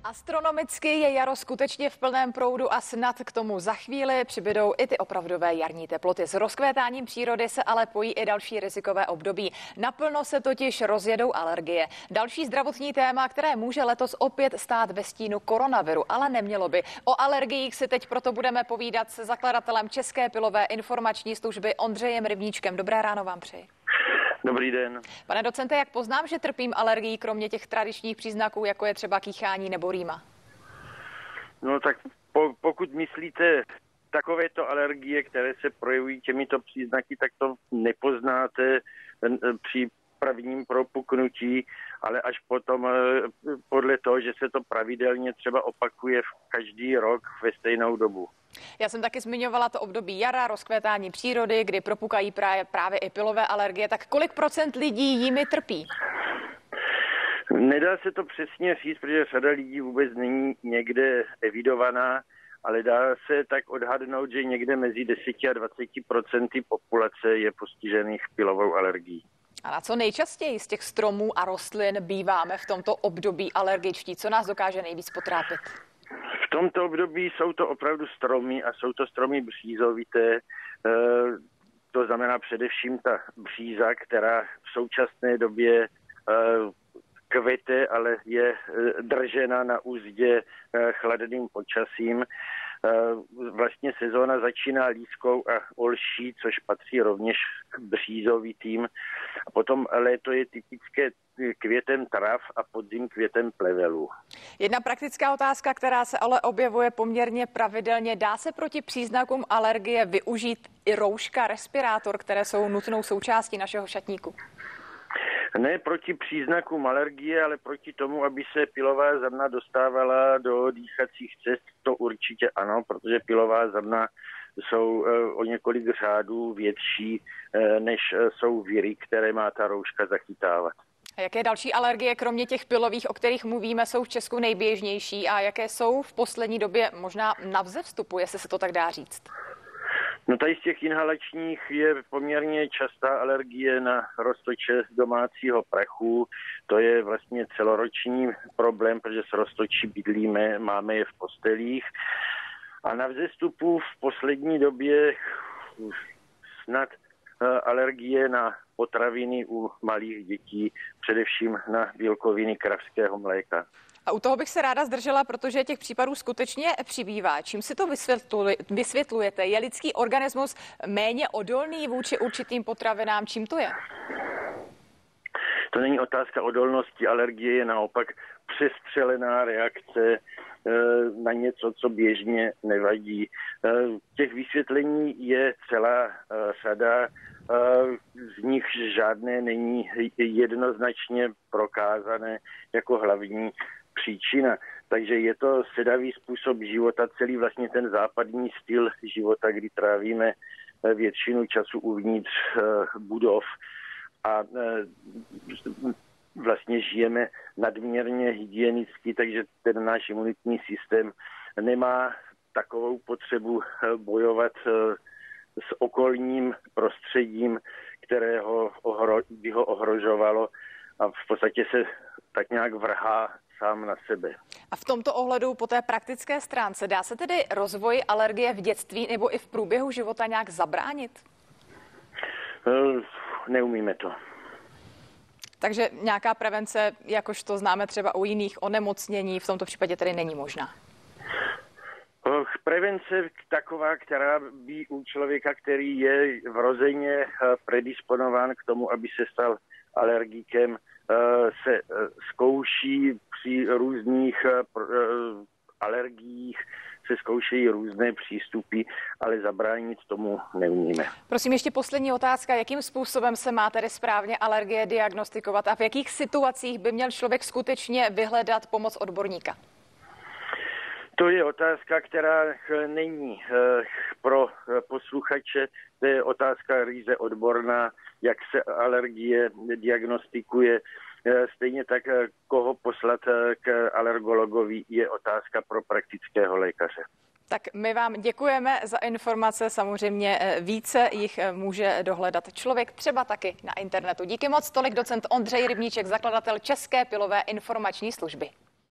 Astronomicky je jaro skutečně v plném proudu a snad k tomu za chvíli přibydou i ty opravdové jarní teploty. S rozkvétáním přírody se ale pojí i další rizikové období. Naplno se totiž rozjedou alergie. Další zdravotní téma, které může letos opět stát ve stínu koronaviru, ale nemělo by. O alergiích si teď proto budeme povídat se zakladatelem České pilové informační služby Ondřejem Rybníčkem. Dobré ráno vám přeji. Dobrý den. Pane docente, jak poznám, že trpím alergií, kromě těch tradičních příznaků, jako je třeba kýchání nebo rýma? No tak pokud myslíte takovéto alergie, které se projevují těmito příznaky, tak to nepoznáte při prvním propuknutí, ale až potom podle toho, že se to pravidelně třeba opakuje každý rok ve stejnou dobu. Já jsem taky zmiňovala to období jara, rozkvétání přírody, kdy propukají právě i pilové alergie. Tak kolik procent lidí jimi trpí? Nedá se to přesně říct, protože řada lidí vůbec není někde evidovaná, ale dá se tak odhadnout, že někde mezi 10 a 20% populace je postižených pilovou alergií. A na co nejčastěji z těch stromů a rostlin býváme v tomto období alergičtí? Co nás dokáže nejvíc potrápit? V tomto období jsou to opravdu stromy a jsou to stromy břízovité. To znamená především ta bříza, která v současné době kvete, ale je držena na uzdě chladným počasím. Vlastně sezóna začíná lískou a olší, což patří rovněž k břízovitým. A potom léto je typické květem trav a podzim květem plevelů. Jedna praktická otázka, která se ale objevuje poměrně pravidelně. Dá se proti příznakům alergie využít i rouška, respirátor, které jsou nutnou součástí našeho šatníku? Ne proti příznakům alergie, ale proti tomu, aby se pilová zrna dostávala do dýchacích cest, to určitě ano, protože pilová zrna jsou o několik řádů větší, než jsou viry, které má ta rouška zachytávat. A jaké další alergie, kromě těch pilových, o kterých mluvíme, jsou v Česku nejběžnější a jaké jsou v poslední době možná na vzestupu, jestli se to tak dá říct? No tady z těch inhalačních je poměrně častá alergie na roztoče domácího prachu. To je vlastně celoroční problém, protože s roztočí bydlíme, máme je v postelích. A na vzestupu v poslední době snad alergie na potraviny u malých dětí, především na bílkoviny kravského mléka. A u toho bych se ráda zdržela, protože těch případů skutečně přibývá. Čím si to vysvětlujete? Je lidský organismus méně odolný vůči určitým potravinám? Čím to je? To není otázka odolnosti. Alergie je naopak přestřelená reakce na něco, co běžně nevadí. Těch vysvětlení je celá řada, z nich žádné není jednoznačně prokázané jako hlavní příčina. Takže je to sedavý způsob života, celý vlastně ten západní styl života, kdy trávíme většinu času uvnitř budov a vlastně žijeme nadměrně hygienicky, takže ten náš imunitní systém nemá takovou potřebu bojovat s okolním prostředím, kterého by ho ohrožovalo a v podstatě se tak nějak vrhá sám na sebe. A v tomto ohledu po té praktické stránce dá se tedy rozvoj alergie v dětství nebo i v průběhu života nějak zabránit? Neumíme to. Takže nějaká prevence, jakož to známe třeba u jiných onemocnění, v tomto případě tedy není možná? Prevence taková, která by u člověka, který je vrozeně predisponován k tomu, aby se stal alergikem, se zkouší při různých alergiích, se zkoušejí různé přístupy, ale zabránit tomu neumíme. Prosím, ještě poslední otázka. Jakým způsobem se má tedy správně alergie diagnostikovat a v jakých situacích by měl člověk skutečně vyhledat pomoc odborníka? To je otázka, která není pro posluchače, to je otázka ryze odborná, jak se alergie diagnostikuje. Stejně tak, koho poslat k alergologovi, je otázka pro praktického lékaře. Tak my vám děkujeme za informace, samozřejmě více jich může dohledat člověk třeba taky na internetu. Díky moc, tolik docent Ondřej Rybníček, zakladatel České pilové informační služby.